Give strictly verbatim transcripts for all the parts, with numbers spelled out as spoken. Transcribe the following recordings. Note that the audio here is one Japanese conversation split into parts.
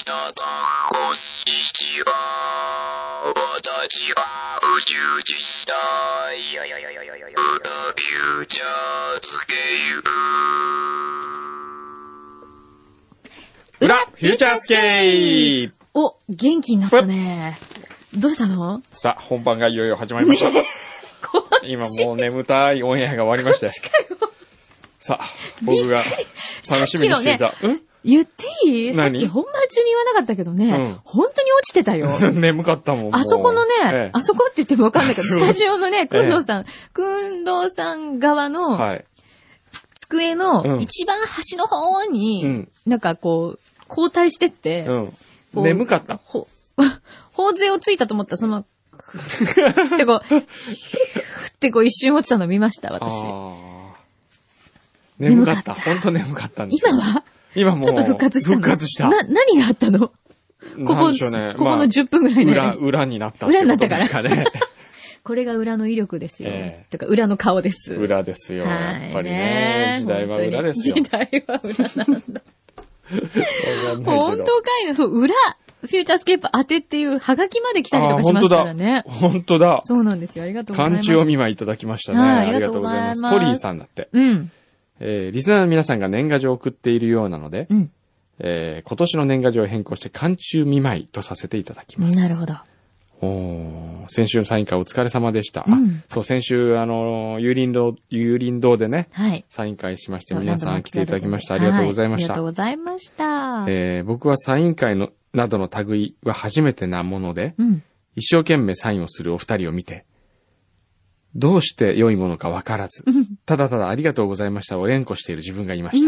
さん、こんにちは。私は宇宙人だ。フューチャースケープ。裏フューチャースケープ。 お、元気になったね。どうしたの？ さあ、本番がいよいよ始まりました。ね、今もう眠たいオンエアが終わりまして。さあ、僕が楽しみにしていた。ね、ん言っていい？さっき本番中に言わなかったけどね、うん、本当に落ちてたよ。 眠かったもん。 あそこのね、ええ、あそこって言ってもわかんないけど、スタジオのね、くんどうさん、くんどうさん側の、はい、机の一番端の方に、うん、なんかこう、交代してって、 うん、眠かった。 ほ、頬杖をついたと思ったら、その、ってこう、ふってこう一瞬落ちたの見ました、私。 眠かった。ほんと眠かったんですよ。 今は今もう。 ちょっと復活したの。 復活した。 な、何があったの？ここ、ね、ここのじゅっぷんぐらいね。 裏、裏になったってことですかね。裏になったから。 これが裏の威力ですよ。えー、とか、裏の顔です。 裏ですよ。やっぱりね。時代は裏ですよ。 時代は裏なんだ。本当かいな、そう、裏。フューチャースケープ当てっていうハガキまで来たりとかしますからね。 本当だ。 そうなんですよ。ありがとうございます。 漢中お見舞いいただきましたね。 はい、ありがとうございます。 トリーさんだって。 うん。 えー、リスナーの皆さんが年賀状を送っているようなので、うん、えー、今年の年賀状を変更して漢中見舞いとさせていただきます。 なるほど。 お先週のサイン会お疲れ様でした。うん、あそう、先週、あの、有林堂、有林堂でね、はい、サイン会しまして、皆さん来ていただきました。ありがとうございました。 はい、ありがとうございました。 えー、僕はサイン会の、などの類は初めてなもので、うん、一生懸命サインをするお二人を見て、どうして良いものかわからず、ただただありがとうございましたを連呼している自分がいました。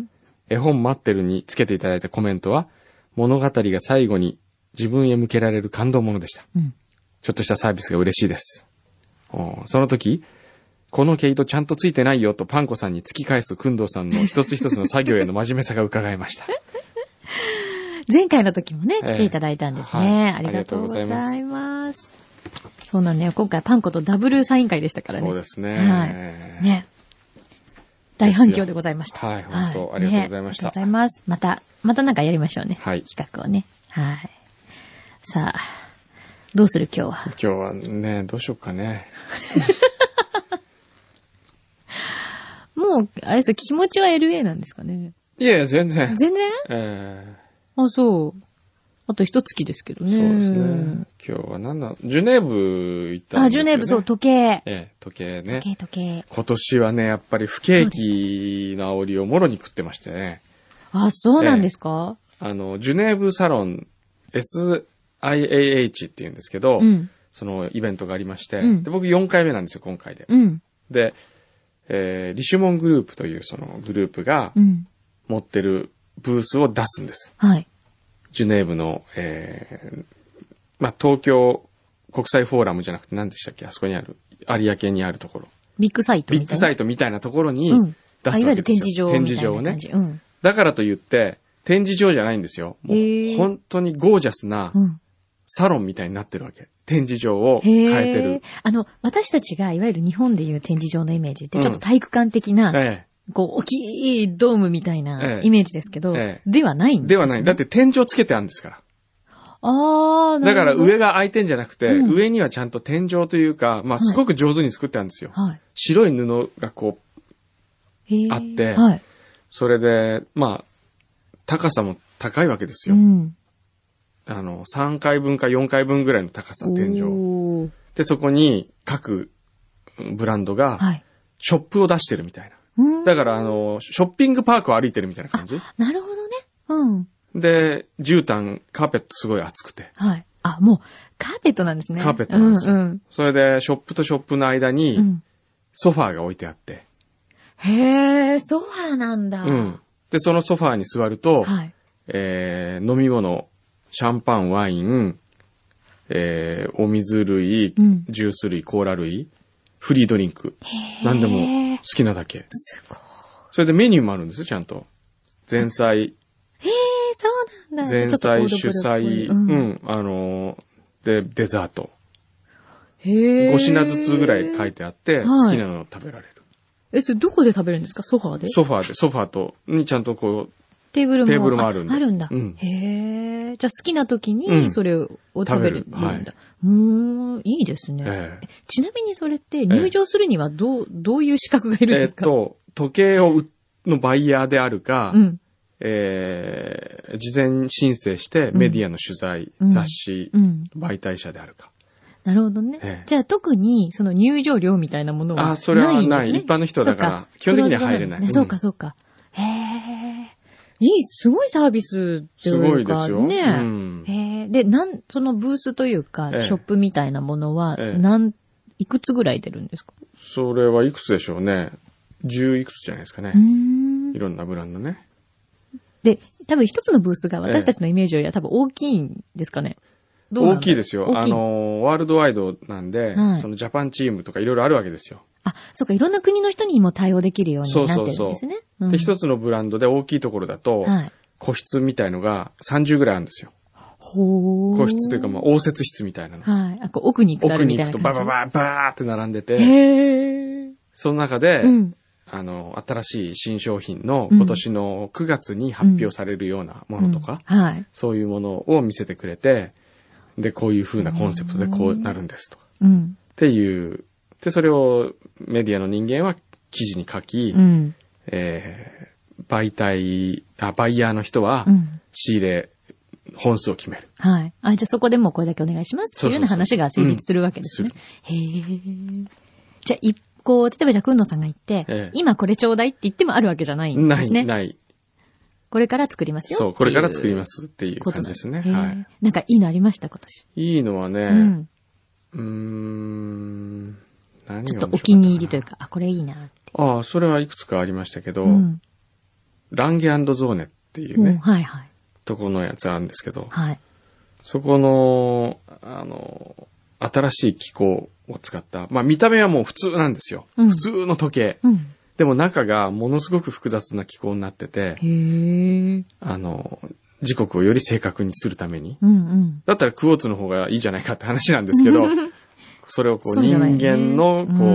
絵本待ってるにつけていただいたコメントは、物語が最後に自分へ向けられる感動ものでした。うん、ちょっとしたサービスが嬉しいです。その時、この毛糸ちゃんとついてないよとパンコさんに突き返すくんどうさんの一つ一つの作業への真面目さが伺えました。 前回の時もね、来ていただいたんですね。えーはい、ありがとうございます。そうなんだよ。今回パンコとダブルサイン会でしたからね。 そうですね。 はい。ね。大反響でございました。 はい、本当、はい、ありがとうございました、 ね。ありがとうございます。また、またなんかやりましょうね。 はい。 企画をね。はい。さあ、どうする今日は。 今日はね、どうしようかね。 もう、あれです、気持ちは エルエー なんですかね。 いやいや、全然。 全然ええー。 あ、そう。あと一月ですけどね。 そうですね。今日は何なの？ジュネーブ行ったんですよね。あ、 ジュネーブ、そう、時計。 ええ、時計ね。 時計、時計。 今年はね、やっぱり不景気の煽りをもろに食ってましてね。 あ、そうなんですか？ ええ、あの、ジュネーブサロン エスアイエーエイチ って言うんですけど、うん、そのイベントがありまして、うん、で僕よんかいめなんですよ、今回で。うん、で、えー、リシュモングループというそのグループが持ってるブースを出すんです。 はい。 ジュネーブの、えー、まあ、東京国際フォーラムじゃなくて何でしたっけ？あそこにある、有明にあるところ。 ビッグサイトみたいな。 ビッグサイトみたいなところに出すわけですよ。うん、いわゆる展示場みたいな感じ。 展示場をね。 うん、 だからといって、展示場じゃないんですよ。もう本当にゴージャスなサロンみたいになってるわけ。展示場を変えてる。 あの、私たちがいわゆる日本でいう展示場のイメージってちょっと体育館的な、うん、ええこう、大きいドームみたいなイメージですけど、ええ、ではないんですね。 ではない。だって天井つけてあるんですから。 ああ、 だから上が開いてんじゃなくて、うん、上にはちゃんと天井というか、まあ、すごく上手に作ってあるんですよ。はい、白い布がこう、あって、はい、それで、まあ、高さも高いわけですよ。うん、あの、さんかいぶんかよんかいぶんぐらいの高さ、天井。で、そこに各ブランドが、ショップを出してるみたいな。だから、あの、ショッピングパークを歩いてるみたいな感じ。 なるほどね。うん。 で、絨毯、カーペットすごい厚くて。 はい。あ、もう、カーペットなんですね。 カーペットなんですよ。うんうん、それで、ショップとショップの間に、ソファーが置いてあって。 うん、へー、ソファーなんだ。 うん。で、そのソファーに座ると、はい、えー、飲み物、シャンパン、ワイン、えー、お水類、うん、ジュース類、コーラ類、フリードリンク。何でも好きなだけ。 すごい。 それでメニューもあるんですよ、ちゃんと。前菜。 へー、そうなんだ。 前菜、主菜、うん、うん、あのー、で、デザート。 へー。 ご品ずつぐらい書いてあって、はい、好きなのを食べられる。 え、それどこで食べるんですか？ソファーで？ ソファーで、ソファーと、にちゃんとこう、 テーブルも。 テーブルもあるんだ。 あるんだ。 うん。 へえ。じゃあ好きな時にそれを食べるんだ。うん、はい、うーん、いいですね、えー。ちなみにそれって入場するにはどう、どういう資格がいるんですか？ えー、っと、時計をのバイヤーであるか、うん、えー、事前申請してメディアの取材、うん、雑誌、うん、媒体者であるか。 なるほどね。ええ、じゃあ特にその入場料みたいなものはないんですね。あ、それはない。 一般の人だから基本的には入れない。 そうか、そうか。へえ。いい、すごいサービスっていうか、すごいですよ。ね。うん、へえ。で、なん、そのブースというか、ええ、ショップみたいなものは、なん、いくつぐらい出るんですか？ それはいくつでしょうね。十いくつじゃないですかね。うん。いろんなブランドね。 で、多分一つのブースが私たちのイメージよりは多分大きいんですかね。 大きいですよ。あの、ワールドワイドなんで、はい、そのジャパンチームとかいろいろあるわけですよ。 あ、そうか、いろんな国の人にも対応できるようになってるんですね。そうそうそう。うん、 で、一つのブランドで大きいところだと、はい、個室みたいのがさんじゅうぐらいあるんですよ。ほー。個室というか、まあ、応接室みたいなの。 はい。あ、こう奥に行くとあるみたいな感じ。 奥に行くとババババーって並んでて、 へー。 その中で、うん、あの、新しい新商品の今年のくがつに発表されるようなものとか、うんうん、はい。そういうものを見せてくれて、で、こういう風なコンセプトでこうなるんですと。うん。っていう。で、それをメディアの人間は記事に書き、うん、えー、媒体、あ、バイヤーの人は仕入れ、本数を決める。 はい。あ、じゃあそこでもこれだけお願いしますっていうような話が成立するわけですね。そうそうそう、うん、へー。じゃあ一個、例えばじゃあくんのさんが言って、ええ、今これちょうだいって言ってもあるわけじゃないんですね。 ない、ない。 これから作りますよ。 そう、これから作りますっていう感じですね。はい。 なんかいいのありました今年。 いいのはね、うん、うーん、何がちょっとお気に入りというか、あ、これいいなって。 ああ、それはいくつかありましたけど、うん、ランゲ&ゾーネっていうね、うん、はいはい、とこのやつあるんですけど、はい、そこの、あの、新しい機構を使った、まあ見た目はもう普通なんですよ。うん、普通の時計。うんでも中がものすごく複雑な機構になってて、へー、あの、時刻をより正確にするために。うんうん、だったらクォーツの方がいいじゃないかって話なんですけど、それをこう人間のこう、うん、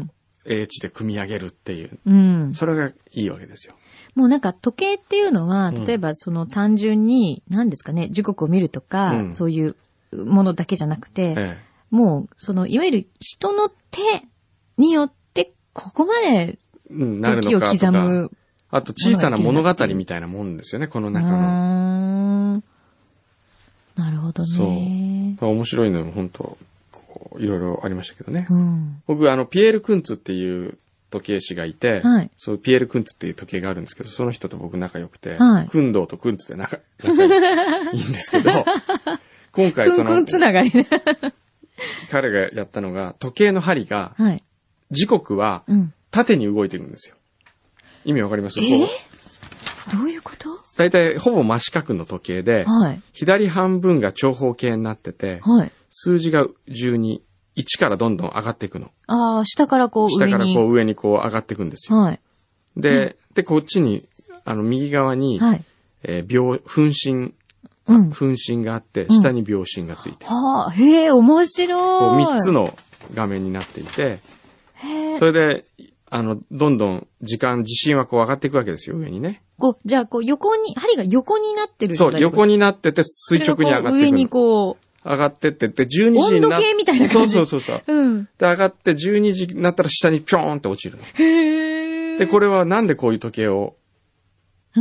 英知で組み上げるっていう、うん。それがいいわけですよ。 もうなんか時計っていうのは、例えばその単純に、何ですかね、時刻を見るとか、うん、そういうものだけじゃなくて、ええ、もうそのいわゆる人の手によってここまで、うん、なるのかとか。 あと小さな物語みたいなもんですよね、この中の。 なるほどね。 そう。面白いのも本当、こう、いろいろありましたけどね。うん、僕、あの、ピエール・クンツっていう時計師がいて、はい、そう、ピエール・クンツっていう時計があるんですけど、その人と僕仲良くて、はい、クンドーとクンツで仲、仲いいんですけど、今回その、 クンクンつながりね。 彼がやったのが、時計の針が、はい、時刻は、うん縦に動いてるんですよ。意味わかります？ えー、どういうこと？ だいたいほぼ真四角の時計で、はい、左半分が長方形になってて、はい、数字が順にいちからどんどん上がっていくの。 ああ、下からこう上に。下からこう上にこう上がっていくんですよ。はい、で、で、こっちに、あの、右側に、はいえー、秒、分針、うん、分針があって、下に秒針がついてる。 うん、はあ、へえ、面白い。 こうみっつの画面になっていて、へそれで、あの、どんどん時間、地震はこう上がっていくわけですよ、上にね。 こう、じゃあ、こう横に、針が横になってるそう、横になってて垂直に上がっていく。 上にこう。 上がってってって、じゅうにじになって。 温度計みたいな感じ。 そうそうそうそう。うん。で、上がってじゅうにじになったら下にピョーンって落ちるの。へー。で、これはなんでこういう時計を、うん。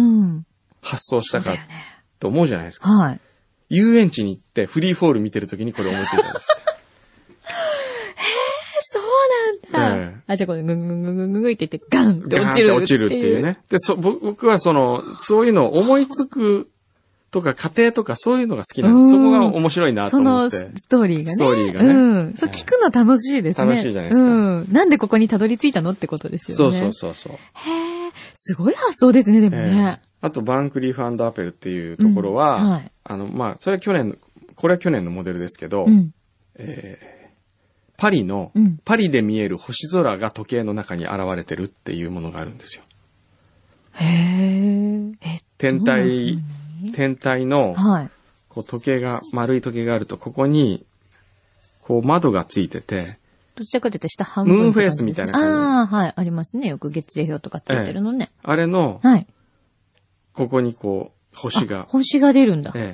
発想したか、と思うじゃないですか。はい。遊園地に行ってフリーフォール見てる時にこれ思いついたんです。 そうなんだ。ええ、あ、じゃあこれ、ぐんぐんぐんぐんぐんって言って、ガンって落ちるっていう。ガンって落ちるっていうね。 で、そ、僕はその、そういうのを思いつくとか、家庭とかそういうのが好きなんです。そこが面白いなと思って。 そのストーリーがね。 ストーリーがね。 うん。そう、聞くの楽しいですね。 楽しいじゃないですか。 うん。なんでここにたどり着いたのってことですよね。 そうそうそうそう。 へえ、すごい発想ですね、でもね。 あと、バンクリーフ&アペルっていうところは、うんはい、あの、まあ、それは去年、これは去年のモデルですけど、うん、えーパリの、うん、パリで見える星空が時計の中に現れてるっていうものがあるんですよ。 へー。 え天体、天体の、はい、こう時計が、丸い時計があると、ここに、こう窓がついてて、 どちらかというと下半分、 ね。ムーンフェイスみたいな感じ。 ああ、はい。ありますね。よく月齢表とかついてるのね。 ええ、あれの、はい。ここにこう、星が。 星が出るんだ。ええ。えー、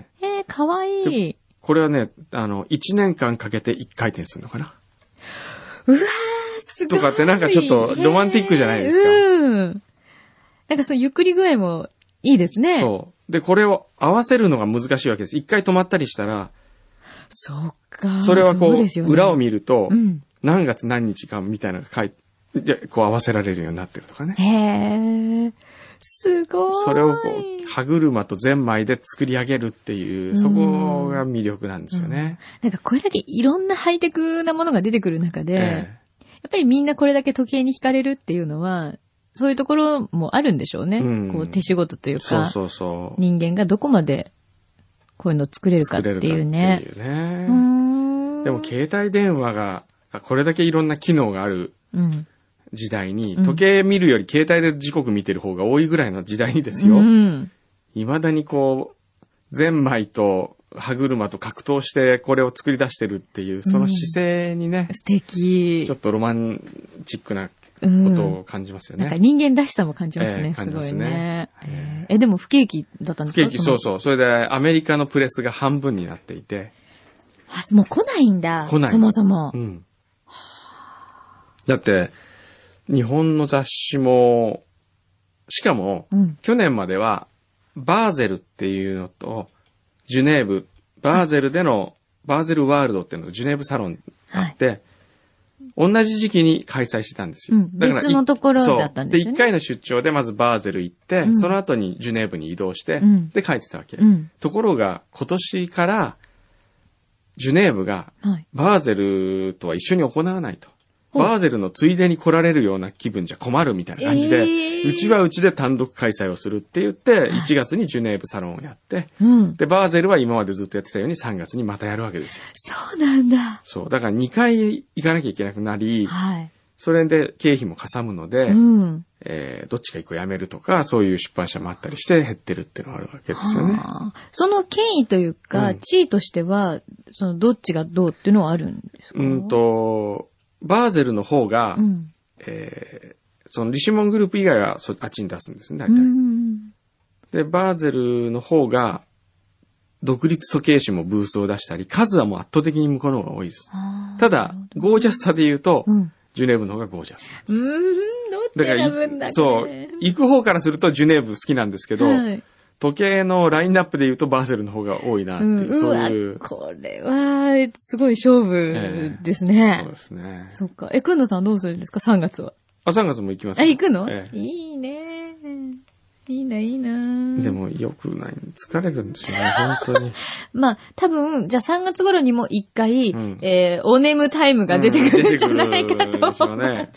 かわいい。 これはね、あの、一年間かけて一回転するのかな。 うわー、すごい。 とかってなんかちょっとロマンティックじゃないですか。 うん。なんかそのゆっくり具合もいいですね。 そう。で、これを合わせるのが難しいわけです。一回止まったりしたら、 そうか。 それはこう、うね、裏を見ると、 うん、 何月何日かみたいなのが書いて、こう合わせられるようになってるとかね。 へー。すごい。 それをこう、歯車とゼンマイで作り上げるっていう、そこが魅力なんですよね。 うん、なんかこれだけいろんなハイテクなものが出てくる中で、えー、やっぱりみんなこれだけ時計に惹かれるっていうのは、そういうところもあるんでしょうね。うん、こう手仕事というか、 そうそうそう、 人間がどこまでこういうのを作れるかっていうね。 作れるかっていうね。うーん、でも携帯電話が、これだけいろんな機能がある時代に、うん、時計見るより携帯で時刻見てる方が多いぐらいの時代にですよ。うん、未だにこう、ゼンマイと歯車と格闘してこれを作り出してるっていう、その姿勢にね。 うん、素敵。 ちょっとロマンチックなことを感じますよね。 うん、なんか人間らしさも感じますね。 えー、 すごいね。 ねえー、え、でも不景気だったんですか？ 不景気、そうそう。それでアメリカのプレスが半分になっていて。 あ、もう来ないんだ。 来ない。 そもそも。 うん。だって、日本の雑誌も、しかも、うん、去年までは、バーゼルっていうのと、ジュネーブ、バーゼルでの、バーゼルワールドっていうのとジュネーブサロンがあって、はい、同じ時期に開催してたんですよ。 うん、だから別のところだったんですよね。 で、一回の出張でまずバーゼル行って、うん、その後にジュネーブに移動して、うん、で書いてたわけ。うん、ところが、今年から、ジュネーブが、バーゼルとは一緒に行わないと。バーゼルのついでに来られるような気分じゃ困るみたいな感じで、えー、うちはうちで単独開催をするって言って、いちがつにジュネーブサロンをやって、うん、で、バーゼルは今までずっとやってたようにさんがつにまたやるわけですよ。 そうなんだ。 そう。だからにかい行かなきゃいけなくなり、はい、それで経費もかさむので、うん、えー、どっちか一個やめるとか、そういう出版社もあったりして減ってるっていうのがあるわけですよね。 その権威というか、うん、地位としては、そのどっちがどうっていうのはあるんですか？ うんと、バーゼルの方が、うん、えー、そのリシモングループ以外はそあっちに出すんですね、大体。で、バーゼルの方が、独立時計師もブースを出したり、数はもう圧倒的に向こうの方が多いです。ただ、ゴージャスさで言うと、うん、ジュネーブの方がゴージャスなんです。 うーん、どっち選ぶんだっけ？ そう、行く方からするとジュネーブ好きなんですけど、はい、時計のラインナップで言うとバーゼルの方が多いなっていう、うん、そういう。 これは、すごい勝負ですね。 えー、そうですね。 そっか。え、くんのさんどうするんですか ?さん 月は。 あ、さんがつも行きますあ、行くの、 えー、 いいね。いいな、いいな。 でも、よくない。疲れるんですよね、本当に。 まあ、多分、じゃあさんがつ頃にも一回、うん、えー、お眠タイムが出てくるんじゃないかと思う。うん、ね。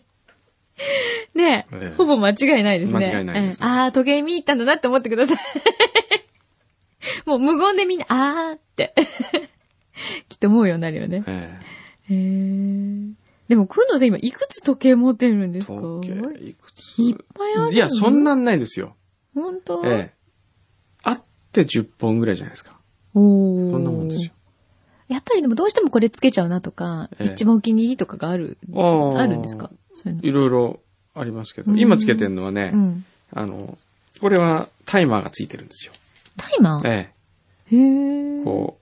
ねえ、ええ、ほぼ間違いないですね。 間違いないです、 ね。うん、ああ、時計見に行ったんだなって思ってください。もう無言でみんな、あーって。きっと思うようになるよね。ええ。へー。でも、くんのさん今いくつ時計持ってるんですか？ 時計いくついっぱいあるの？ いや、そんなんないですよ。 本当？ ええ。あってじゅっぽんぐらいじゃないですか。おー。そんなもんですよ。 やっぱりでもどうしてもこれつけちゃうなとか、ええ、一番お気に入りとかがある、あるんですか？そういうの。 いろいろありますけど、今つけてるのはね、うん、あの、これはタイマーがついてるんですよ。 タイマー？ ええ。へー。 こう、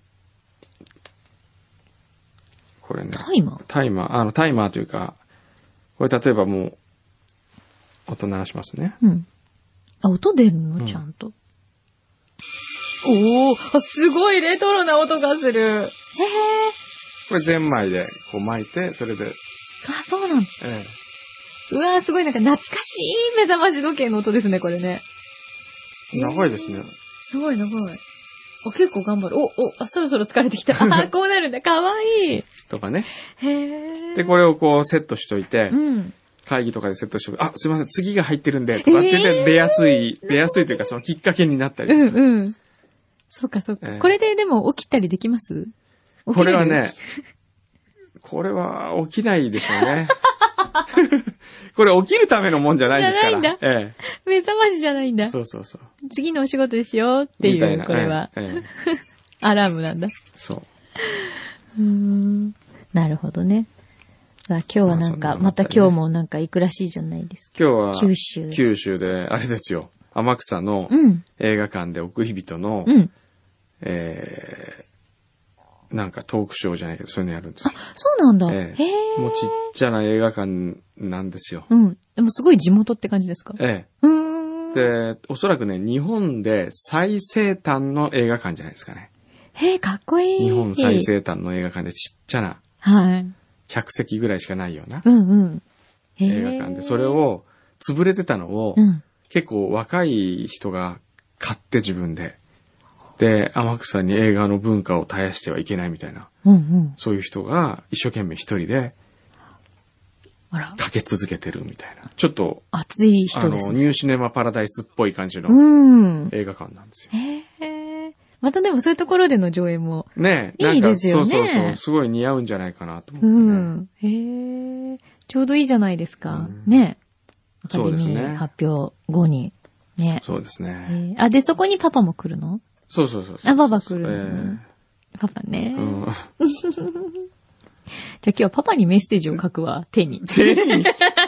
これね。 タイマー？ タイマー、あの、タイマーというか、これ例えばもう、音鳴らしますね。 うん。あ、音出るの、うん、ちゃんと。おー、すごいレトロな音がする。へー。 これゼンマイでこう巻いて、それで。 あ、そうなんだ。ええ。うわー、すごいなんか懐かしい目覚まし時計の音ですね、これね。 長いですね。 すごい長い。あ、結構頑張る。お、お、あ、そろそろ疲れてきた。あ、こうなるんだ。かわいい。 とかね。 へー。 で、これをこうセットしといて、うん、会議とかでセットしといて、あ、すいません、次が入ってるんで、とかって出やすい、えー、出やすいというか、そのきっかけになったり。 うんうん。そうかそうか、えー。これででも起きたりできます？ これはね、これは起きないでしょうね。これ起きるためのもんじゃないですから。じゃないんだ。ええ、 目覚ましじゃないんだ。 そうそうそう。 次のお仕事ですよっていう、これは、ええ。アラームなんだ。 そう。 うーん。なるほどね。さあ今日はなんか、ま, ね、また今日もなんか行くらしいじゃないですか。 今日は、 九州。 九州で、あれですよ。天草の映画館で奥日人の、 うん、 えー、なんかトークショーじゃないけど、そういうのやるんですよ。 あ、そうなんだ。 ええ、 へえ。 もうちっちゃな映画館なんですよ。 うん。でもすごい地元って感じですか？ ええ。 うーん。 で、おそらくね、日本で最西端の映画館じゃないですかね。 へえ、かっこいい。 日本最西端の映画館でちっちゃな、 はい。 ひゃく席ぐらいしかないような、 うんうん。 映画館で、それを、潰れてたのを、うん、結構若い人が買って自分で、で、天草に映画の文化を絶やしてはいけないみたいな、うんうん、そういう人が一生懸命一人で、あら。かけ続けてるみたいな。ちょっと、 熱い人ですね。 あの、ニューシネマパラダイスっぽい感じの映画館なんですよ。 へー。またでもそういうところでの上映も。 ねえ。いいですよね。 そうそうそう。すごい似合うんじゃないかなと思って、ね。うん。 へー。ちょうどいいじゃないですか。うん、ね。アカデミー発表後に。ね。 そうですね。 あ、で、そこにパパも来るの？ そうそうそうそう。 あ、パパ来るの、えー、パパね。うん。じゃあ今日はパパにメッセージを書くわ、手に。 手に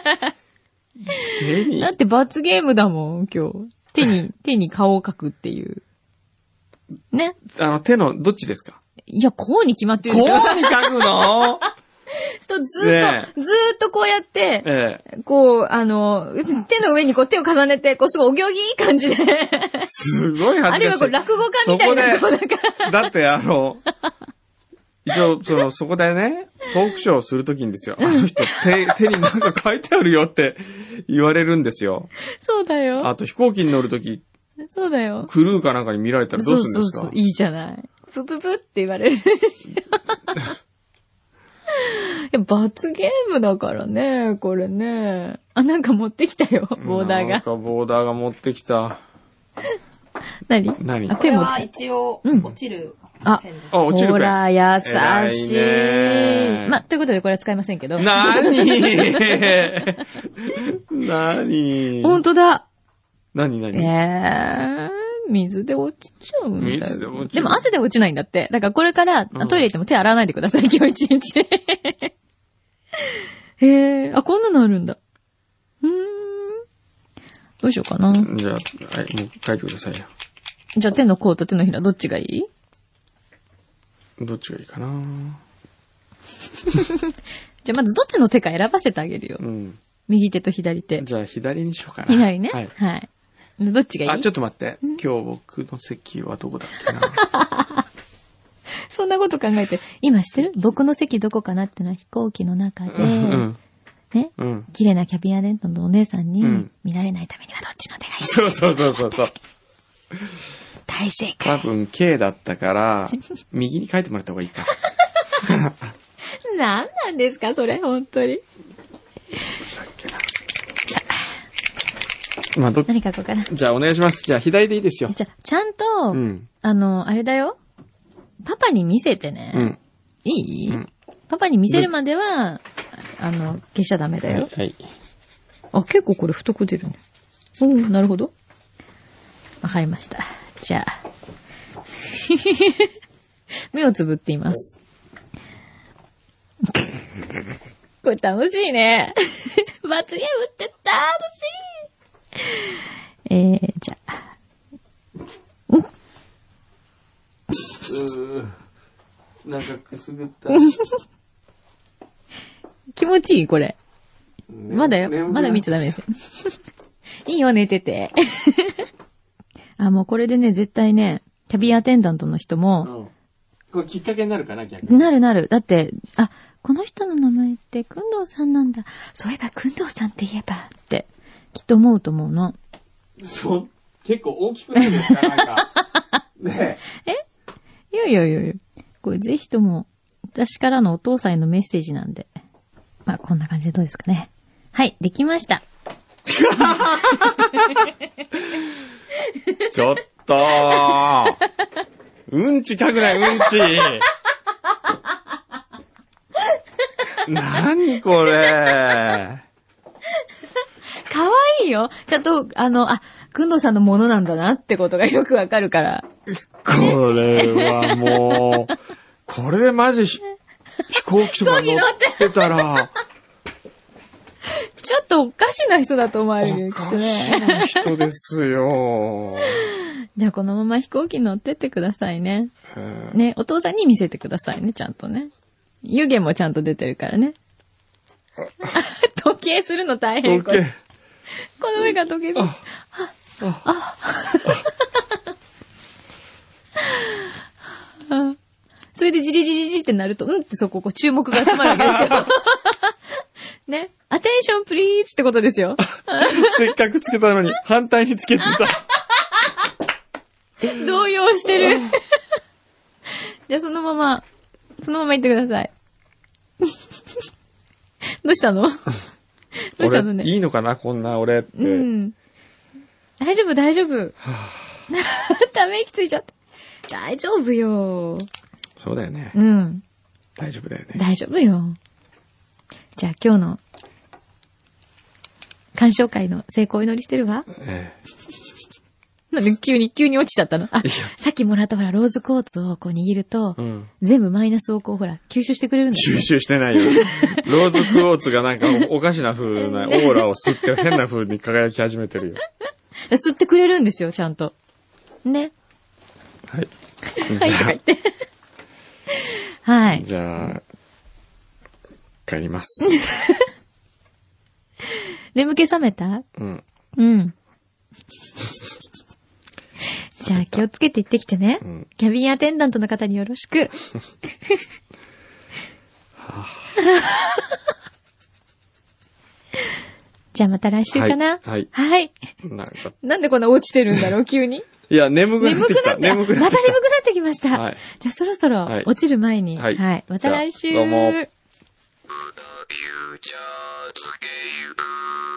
手にだって罰ゲームだもん、今日。手に、手に顔を描くっていう。ね。 あの、手の、どっちですか？ いや、こうに決まってるでしょ。 こうに描くのとずっと、ね、ずーっとこうやって、ええ、こう、あの、手の上にこう手を重ねて、こうすごいお行儀いい感じで。 すごい恥ずかしい。 あるいはこう落語家みたいな、こうなんか。 だってあの、一応、その、そこでね、トークショーをするときにですよ。あの人、手、手になんか書いてあるよって言われるんですよ。 そうだよ。 あと飛行機に乗るとき。 そうだよ。 クルーかなんかに見られたらどうするんですか？そうそうそう。 いいじゃない。プププって言われるんですよ。いや、罰ゲームだからね、これね。あ、なんか持ってきたよ、ボーダーが。 なんかボーダーが持ってきた。 何？ 何？ あ、ペン持つ一応、落ちる。 あ、 あ、落ちるペン。 ほら、優しい。ま、ということでこれは使いませんけど。 なになにほんとだ。 なになにえー。水で落ちちゃうんだよ。 水で落ちる。 でも汗で落ちないんだって。だからこれから、うん、トイレ行っても手洗わないでください、今日一日。へえ、あ、こんなのあるんだ。うーん。どうしようかな。 じゃあ、はい、もう書いてくださいよ。 じゃあ手の甲と手のひらどっちがいい？ どっちがいいかな。 じゃあまずどっちの手か選ばせてあげるよ。うん。右手と左手。 じゃあ左にしようかな。 左ね。 はい。 はい。どっちがいい？ あ、ちょっと待って。今日僕の席はどこだっけな。 そんなこと考えて、今知ってる？僕の席どこかなってのは飛行機の中で、うん、ね、うん、綺麗なキャビンアテンダントのお姉さんに見られないためにはどっちの手がいい？ そうそうそうそうそう。 大正解。 多分 K だったから、右に書いてもらった方がいいか。 何なんですかそれ、本当に。 さっけな。まあ、ど何書こうかな。 じゃあお願いします。じゃあ左でいいですよ。 じゃあ、ちゃんと、うん、あの、あれだよ。パパに見せてね。うん、いい、うん、パパに見せるまでは、あの、消しちゃダメだよ。はい。はい、あ、結構これ太く出るね。おー、なるほど。わかりました。じゃあ。目をつぶっています。これ楽しいね。罰ゲームって楽しい。えー、じゃあ。 うーなんかくすぐった。 気持ちいいこれ。まだよ。まだ見ちゃダメですよ。いいよ、寝てて。あ、もうこれでね、絶対ね、キャビンアテンダントの人も、うん、 これきっかけになるかな、逆に。 なるなる。だって、あ、この人の名前って、くんどうさんなんだ。そういえば、くんどうさんって言えば、って、きっと思うと思うの。 そう、結構大きくないですか、なんか。ねえ。えいやいやいやいや。これぜひとも、私からのお父さんへのメッセージなんで。まあ、こんな感じでどうですかね。はい、できました。 ちょっとーうんち書くな、うんちなにこれかわいいよ。ちゃんと、あの、あ、くんどうさんのものなんだなってことがよくわかるから。 これはもう、これでマジ、飛行機とか乗ってたら、 ちょっとおかしな人だと思われるよ、きっとね。 おかしな人ですよ。 じゃあこのまま飛行機乗ってってくださいね。ね、お父さんに見せてくださいね、ちゃんとね。湯気もちゃんと出てるからね。時計するの大変。 時計。 この上が時計する。あ、あ、あ。それでジリジリジリってなると、うんってそこ、こう注目が集まるわけですよ。ね。アテンションプリーズってことですよ。 せっかくつけたのに、反対につけてた。動揺してる。じゃあそのまま、そのまま行ってください。どうしたのどうしたのね。 いいのかなこんな俺って。うん。 大丈夫、大丈夫。ため息ついちゃった。大丈夫よ。 そうだよね。 うん。 大丈夫だよね。 大丈夫よ。じゃあ今日の鑑賞会の成功を祈りしてるわ。ええ。なんで急に、急に落ちちゃったの？あ、さっきもらったほら、ローズクォーツをこう握ると、うん、全部マイナスをこうほら、吸収してくれるんだよ、ね。 吸収してないよ。ローズクォーツがなんかおかしな風なオーラを吸って変な風に輝き始めてるよ。 吸ってくれるんですよ、ちゃんと。ね。 はい。 はい、とか言って。はい。 じゃあ、帰ります。 眠気覚めた？ うん。 うん。じゃあ気をつけて行ってきてね。うん、キャビンアテンダントの方によろしく。はあ、じゃあまた来週かな。 はい。 はい。はい、なんかなんでこんな落ちてるんだろう、急に。 いや、眠くなってきた。 眠くなって、また眠くなってきました。はい。じゃあそろそろ落ちる前に。はい。はい、また来週。 どうも。